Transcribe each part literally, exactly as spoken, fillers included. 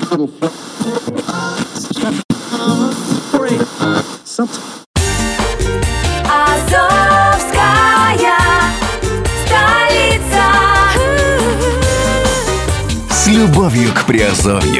столица. С любовью к Приазовью.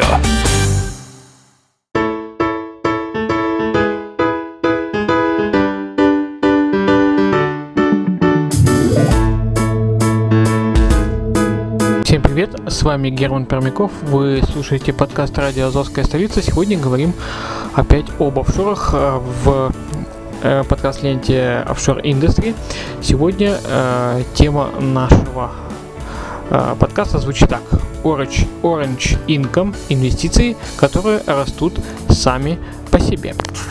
Всем привет, с вами Герман Пермяков, вы слушаете подкаст «Радио Азовская столица». Сегодня говорим опять об офшорах в э, подкаст-ленте Offshore Industry. Сегодня э, тема нашего э, подкаста звучит так: Orange, Orange Income – инвестиции, которые растут сами по себе.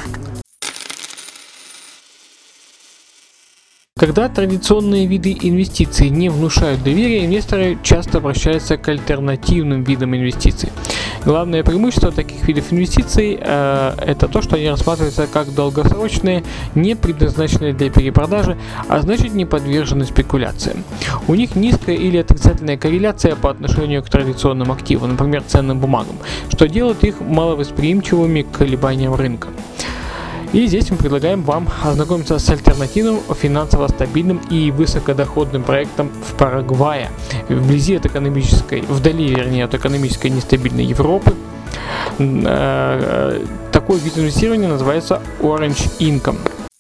Когда традиционные виды инвестиций не внушают доверия, инвесторы часто обращаются к альтернативным видам инвестиций. Главное преимущество таких видов инвестиций э, это то, что они рассматриваются как долгосрочные, не предназначенные для перепродажи, а значит не подвержены спекуляциям. У них низкая или отрицательная корреляция по отношению к традиционным активам, например, ценным бумагам, что делает их маловосприимчивыми к колебаниям рынка. И здесь мы предлагаем вам ознакомиться с альтернативным, финансово стабильным и высокодоходным проектом в Парагвае, вблизи от экономической, вдали, вернее, от экономической нестабильной Европы. Такой вид инвестирования называется Orange Income.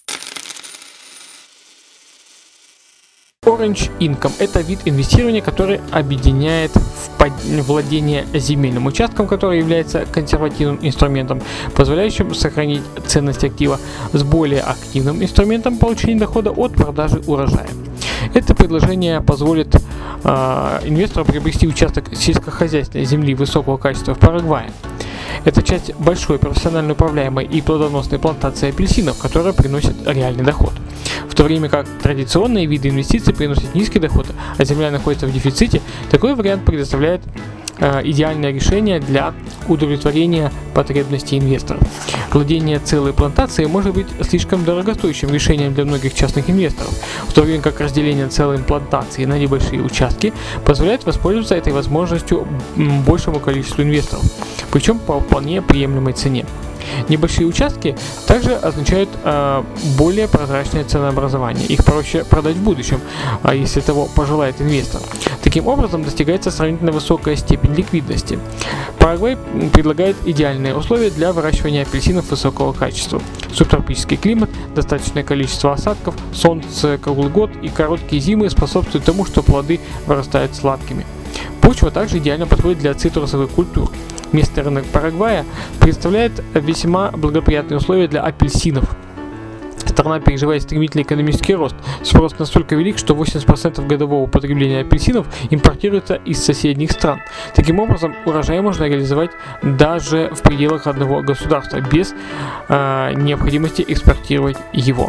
Orange Income – это вид инвестирования, который объединяет владение земельным участком, который является консервативным инструментом, позволяющим сохранить ценность актива, с более активным инструментом получения дохода от продажи урожая. Это предложение позволит э, инвестору приобрести участок сельскохозяйственной земли высокого качества в Парагвае. Это часть большой профессионально управляемой и плодоносной плантации апельсинов, которая приносит реальный доход. В то время как традиционные виды инвестиций приносят низкий доход, а земля находится в дефиците, такой вариант предоставляет э, идеальное решение для удовлетворения потребностей инвесторов. Владение целой плантацией может быть слишком дорогостоящим решением для многих частных инвесторов, в то время как разделение целой плантации на небольшие участки позволяет воспользоваться этой возможностью большему количеству инвесторов, причем по вполне приемлемой цене. Небольшие участки также означают э, более прозрачное ценообразование. Их проще продать в будущем, а если того пожелает инвестор. Таким образом достигается сравнительно высокая степень ликвидности. Парагвай предлагает идеальные условия для выращивания апельсинов высокого качества. Субтропический климат, достаточное количество осадков, солнце круглый год и короткие зимы способствуют тому, что плоды вырастают сладкими. Почва также идеально подходит для цитрусовых культур. Местный рынок Парагвая представляет весьма благоприятные условия для апельсинов. Страна переживает стремительный экономический рост. Спрос настолько велик, что восемьдесят процентов годового потребления апельсинов импортируется из соседних стран. Таким образом, урожай можно реализовать даже в пределах одного государства, без э, необходимости экспортировать его.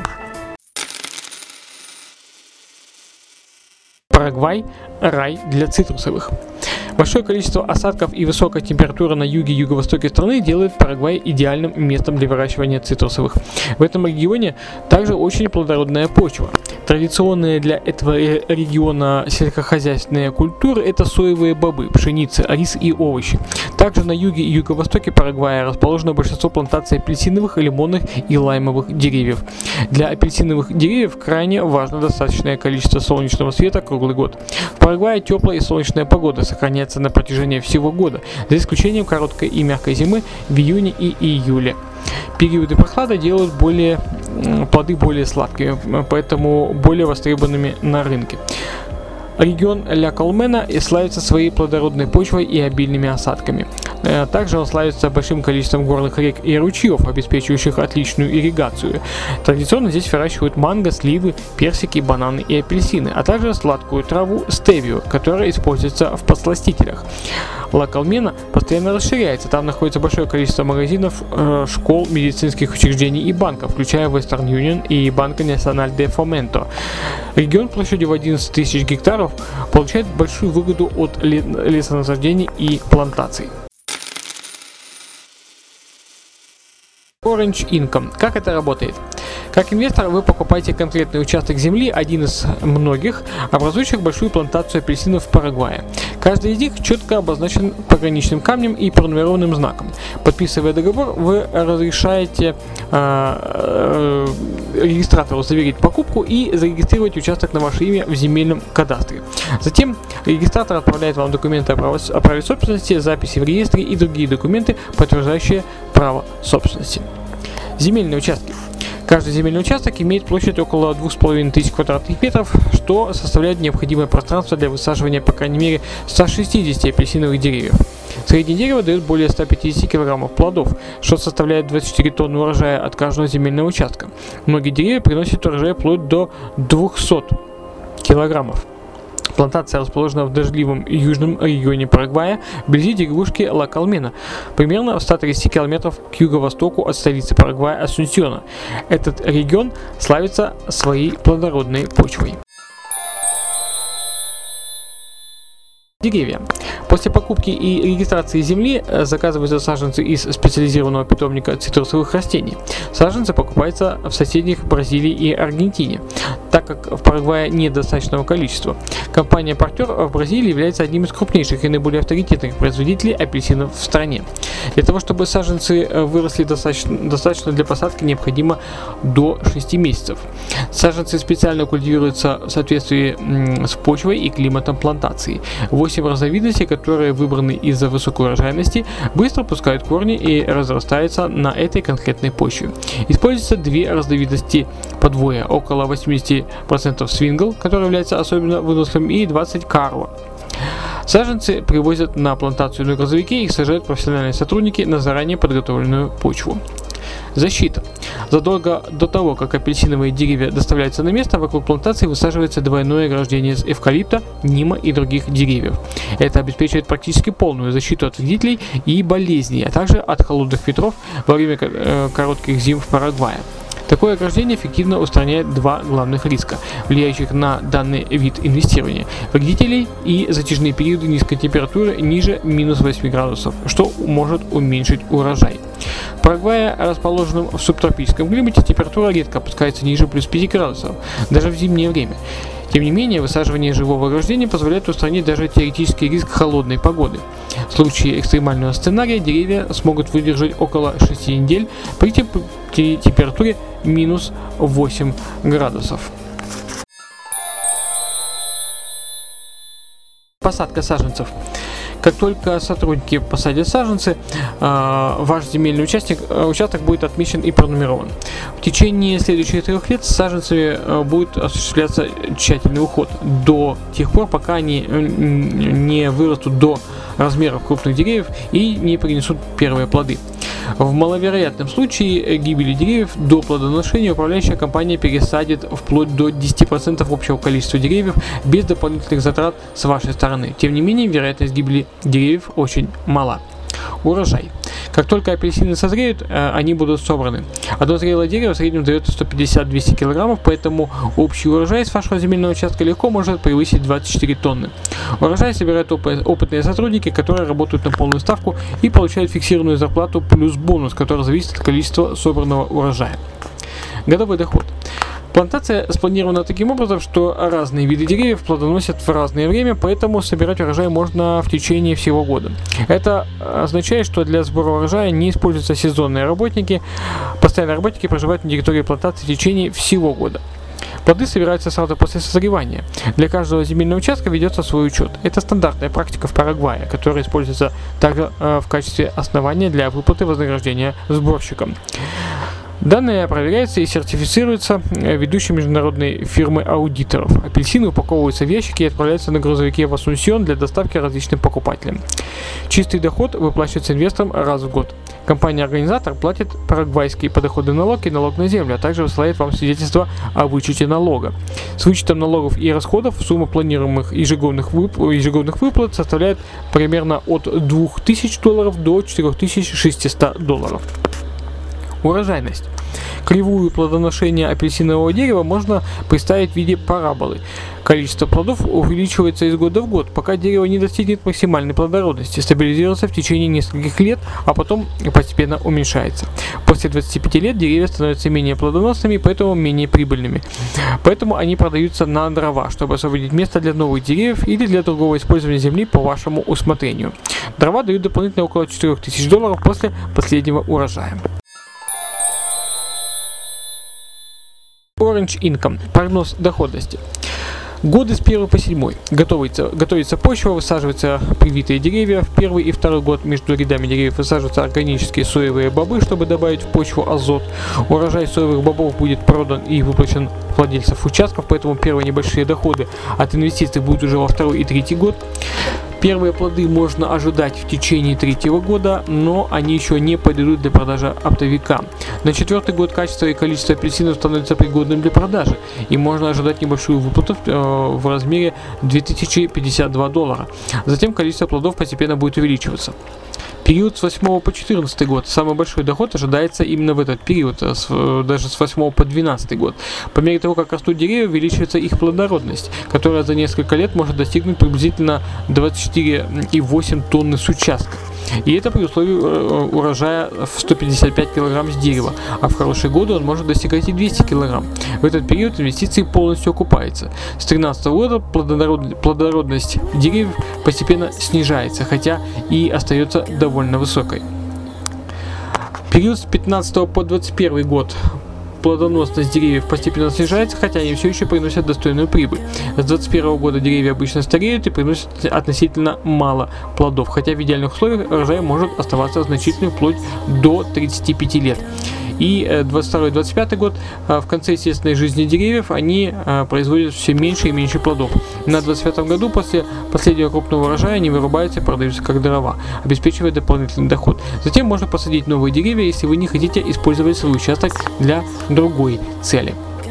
Парагвай – рай для цитрусовых. Большое количество осадков и высокая температура на юге и юго-востоке страны делает Парагвай идеальным местом для выращивания цитрусовых. В этом регионе также очень плодородная почва. Традиционные для этого региона сельскохозяйственные культуры – это соевые бобы, пшеница, рис и овощи. Также на юге и юго-востоке Парагвая расположено большинство плантаций апельсиновых, лимонных и лаймовых деревьев. Для апельсиновых деревьев крайне важно достаточное количество солнечного света круглый год. В Парагвае теплая и солнечная погода сохраняется на протяжении всего года, за исключением короткой и мягкой зимы в июне и июле. Периоды прохлады делают более, плоды более сладкими, поэтому более востребованными на рынке. Регион Ля Колмена славится своей плодородной почвой и обильными осадками. Также он славится большим количеством горных рек и ручьев, обеспечивающих отличную ирригацию. Традиционно здесь выращивают манго, сливы, персики, бананы и апельсины, а также сладкую траву стевию, которая используется в подсластителях. Ла Колмена постоянно расширяется. Там находится большое количество магазинов, школ, медицинских учреждений и банков, включая Western Union и Банко Националь де Фоменто. Регион площадью в одиннадцать тысяч гектаров получает большую выгоду от лесонасаждений и плантаций. Orange Income. Как это работает? Как инвестор вы покупаете конкретный участок земли, один из многих, образующих большую плантацию апельсинов в Парагвае. Каждый из них четко обозначен пограничным камнем и пронумерованным знаком. Подписывая договор, вы разрешаете э, э, регистратору заверить покупку и зарегистрировать участок на ваше имя в земельном кадастре. Затем регистратор отправляет вам документы о праве, о праве собственности, записи в реестре и другие документы, подтверждающие право собственности. Земельные участки. Каждый земельный участок имеет площадь около двух с половиной тысяч квадратных метров, что составляет необходимое пространство для высаживания по крайней мере ста шестидесяти апельсиновых деревьев. Среднее дерево дает более ста пятидесяти килограммов плодов, что составляет двадцать четыре тонны урожая от каждого земельного участка. Многие деревья приносят урожай вплоть до двухсот килограммов. Плантация расположена в дождливом южном регионе Парагвая, вблизи деревушки Ла-Калмена, примерно в ста тридцати километров к юго-востоку от столицы Парагвая Асунсьона. Этот регион славится своей плодородной почвой. Деревья. После покупки и регистрации земли заказываются саженцы из специализированного питомника цитрусовых растений. Саженцы покупаются в соседних Бразилии и Аргентине, так как в Парагвае нет достаточного количества. Компания «Партнер» в Бразилии является одним из крупнейших и наиболее авторитетных производителей апельсинов в стране. Для того, чтобы саженцы выросли достаточно, достаточно для посадки, необходимо до шести месяцев. Саженцы специально культивируются в соответствии с почвой и климатом плантации. восемь разновидностей, которые выбраны из-за высокой урожайности, быстро пускают корни и разрастаются на этой конкретной почве. Используются две разновидности подвоя: около восемьдесят процентов свингл, который является особенно выносливым, и двадцать карва. Саженцы привозят на плантацию на грузовике, их сажают профессиональные сотрудники на заранее подготовленную почву. Защита. Задолго до того, как апельсиновые деревья доставляются на место, вокруг плантации высаживается двойное ограждение из эвкалипта, нима и других деревьев. Это обеспечивает практически полную защиту от вредителей и болезней, а также от холодных ветров во время э, коротких зим в Парагвае. Такое ограждение эффективно устраняет два главных риска, влияющих на данный вид инвестирования: вредителей и затяжные периоды низкой температуры ниже минус восьми градусов, что может уменьшить урожай. В Парагвае, расположенном в субтропическом климате, температура редко опускается ниже плюс пяти градусов, даже в зимнее время. Тем не менее, высаживание живого ограждения позволяет устранить даже теоретический риск холодной погоды. В случае экстремального сценария деревья смогут выдержать около шести недель при температуре минус восемь градусов. Посадка саженцев. Как только сотрудники посадят саженцы, ваш земельный участок, участок будет отмечен и пронумерован. В течение следующих трех лет с саженцами будет осуществляться тщательный уход до тех пор, пока они не вырастут до размеров крупных деревьев и не принесут первые плоды. В маловероятном случае гибели деревьев до плодоношения управляющая компания пересадит вплоть до десяти процентов общего количества деревьев без дополнительных затрат с вашей стороны. Тем не менее, вероятность гибели деревьев очень мала. Урожай. Как только апельсины созреют, они будут собраны. Одно зрелое дерево в среднем дает сто пятьдесят - двести килограммов, поэтому общий урожай с вашего земельного участка легко может превысить двадцать четыре тонны. Урожай собирают опытные сотрудники, которые работают на полную ставку и получают фиксированную зарплату плюс бонус, который зависит от количества собранного урожая. Годовой доход. Плантация спланирована таким образом, что разные виды деревьев плодоносят в разное время, поэтому собирать урожай можно в течение всего года. Это означает, что для сбора урожая не используются сезонные работники. Постоянные работники проживают на территории плантации в течение всего года. Плоды собираются сразу после созревания. Для каждого земельного участка ведется свой учет. Это стандартная практика в Парагвае, которая используется также э, в качестве основания для выплаты вознаграждения сборщикам. Данные проверяются и сертифицируются ведущей международной фирмой аудиторов. Апельсины упаковываются в ящики и отправляются на грузовике в Асунсьон для доставки различным покупателям. Чистый доход выплачивается инвесторам раз в год. Компания-организатор платит парагвайский подоходный налог и налог на землю, а также высылает вам свидетельство о вычете налога. С вычетом налогов и расходов сумма планируемых ежегодных, вып- ежегодных выплат составляет примерно от двух тысяч долларов до четырёх тысяч шестисот долларов. Урожайность. Кривую плодоношения апельсинового дерева можно представить в виде параболы. Количество плодов увеличивается из года в год, пока дерево не достигнет максимальной плодородности, стабилизируется в течение нескольких лет, а потом постепенно уменьшается. После двадцати пяти лет деревья становятся менее плодоносными, поэтому менее прибыльными. Поэтому они продаются на дрова, чтобы освободить место для новых деревьев или для другого использования земли по вашему усмотрению. Дрова дают дополнительно около четырёх тысяч долларов после последнего урожая. Orange Income. Прогноз доходности. Годы с первого по седьмой. Готовится, готовится почва, высаживаются привитые деревья. В первый и второй год между рядами деревьев высаживаются органические соевые бобы, чтобы добавить в почву азот. Урожай соевых бобов будет продан и выплачен владельцев участков, поэтому первые небольшие доходы от инвестиций будут уже во второй и третий год. Первые плоды можно ожидать в течение третьего года, но они еще не подойдут для продажи оптовикам. На четвертый год качество и количество апельсинов становится пригодным для продажи, и можно ожидать небольшую выплату в, э, в размере две тысячи пятьдесят два доллара. Затем количество плодов постепенно будет увеличиваться. Период с восьмого по четырнадцатый год. Самый большой доход ожидается именно в этот период, с, даже с восьмого по двенадцатый год. По мере того, как растут деревья, увеличивается их плодородность, которая за несколько лет может достигнуть приблизительно двадцать четыре и восемь десятых тонны с участка. И это при условии урожая в сто пятьдесят пять килограмм с дерева, а в хорошие годы он может достигать и двести килограмм. В этот период инвестиции полностью окупаются. С две тысячи тринадцатого года плодород... плодородность деревьев постепенно снижается, хотя и остается довольно высокой. Период с пятнадцатого по двадцать первый год. Плодоносность деревьев постепенно снижается, хотя они все еще приносят достойную прибыль. С двадцать первого года деревья обычно стареют и приносят относительно мало плодов, хотя в идеальных условиях урожай может оставаться значительным вплоть до тридцати пяти лет. И двадцать второй - двадцать пятый год, в конце естественной жизни деревьев, они производят все меньше и меньше плодов. На двадцать пятом году, после последнего крупного урожая, они вырубаются и продаются как дрова, обеспечивая дополнительный доход. Затем можно посадить новые деревья, если вы не хотите использовать свой участок для другой цели.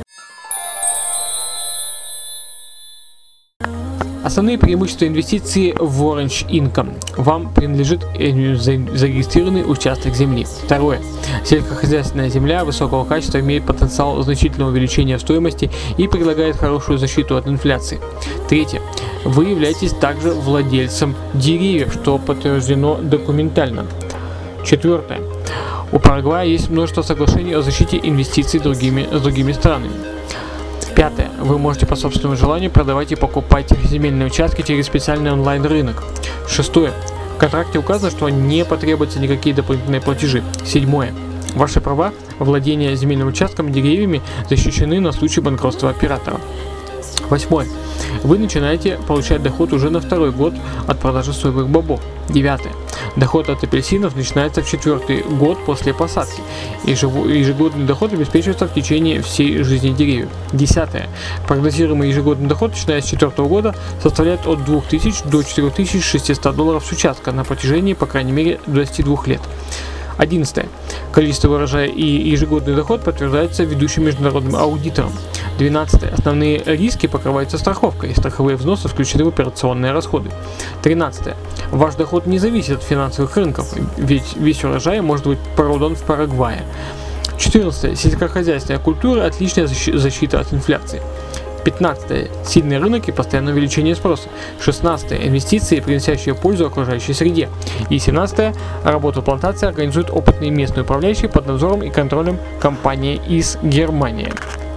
Основные преимущества инвестиций в Orange Income. Вам принадлежит зарегистрированный участок земли. Второе. Сельскохозяйственная земля высокого качества имеет потенциал значительного увеличения стоимости и предлагает хорошую защиту от инфляции. Третье. Вы являетесь также владельцем деревьев, что подтверждено документально. Четвертое. У Парагвая есть множество соглашений о защите инвестиций другими, с другими странами. Пятое. Вы можете по собственному желанию продавать и покупать земельные участки через специальный онлайн-рынок. Шестое. В контракте указано, что не потребуются никакие дополнительные платежи. Седьмое. Ваши права владения земельным участком и деревьями защищены на случай банкротства оператора. Восьмое. Вы начинаете получать доход уже на второй год от продажи соевых бобов. Девятое. Доход от апельсинов начинается в четвертый год после посадки. Ежегодный доход обеспечивается в течение всей жизни деревьев. Десятое. Прогнозируемый ежегодный доход, начиная с четвертого года, составляет от двух тысяч до четырёх тысяч шестисот долларов с участка на протяжении, по крайней мере, двадцати двух лет. Одиннадцатое. Количество урожая и ежегодный доход подтверждается ведущим международным аудитором. Двенадцатое. Основные риски покрываются страховкой. Страховые взносы включены в операционные расходы. Тринадцатое. Ваш доход не зависит от финансовых рынков, ведь весь урожай может быть продан в Парагвае. четырнадцатое. Сельскохозяйственная культура – отличная защита от инфляции. пятнадцатое. Сильный рынок и постоянное увеличение спроса. шестнадцатое. Инвестиции, приносящие пользу окружающей среде. И семнадцатое. Работу плантации организуют опытные местные управляющие под надзором и контролем компании из Германии.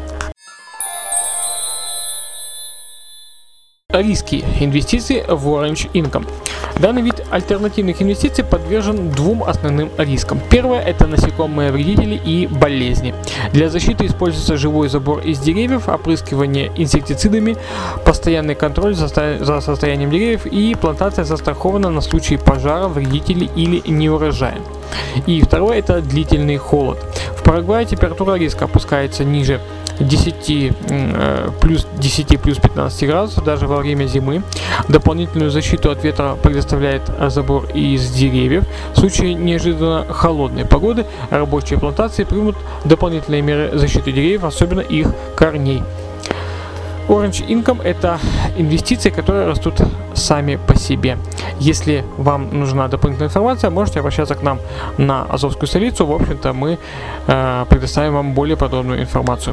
Риски инвестиций в Orange Income. Данный вид альтернативных инвестиций подвержен двум основным рискам. Первое – это насекомые вредители и болезни. Для защиты используется живой забор из деревьев, опрыскивание инсектицидами, постоянный контроль за состоянием деревьев, и плантация застрахована на случай пожара, вредителей или неурожая. И второе – это длительный холод. В Парагвае температура резко опускается ниже десяти, плюс десяти плюс пятнадцати градусов даже во время зимы. Дополнительную защиту от ветра предоставляет забор из деревьев. В случае неожиданно холодной погоды рабочие плантации примут дополнительные меры защиты деревьев, особенно их корней. Orange Income — это инвестиции, которые растут сами по себе. Если вам нужна дополнительная информация, можете обращаться к нам на Азовскую столицу. В общем-то, мы э, предоставим вам более подробную информацию.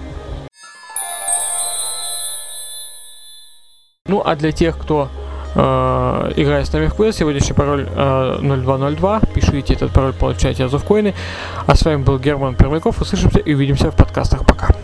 Ну а для тех, кто э, играет с нами в квест, сегодняшний пароль э, ноль два ноль два. Пишите этот пароль, получайте Азовкоины. А с вами был Герман Пермяков. Услышимся и увидимся в подкастах. Пока.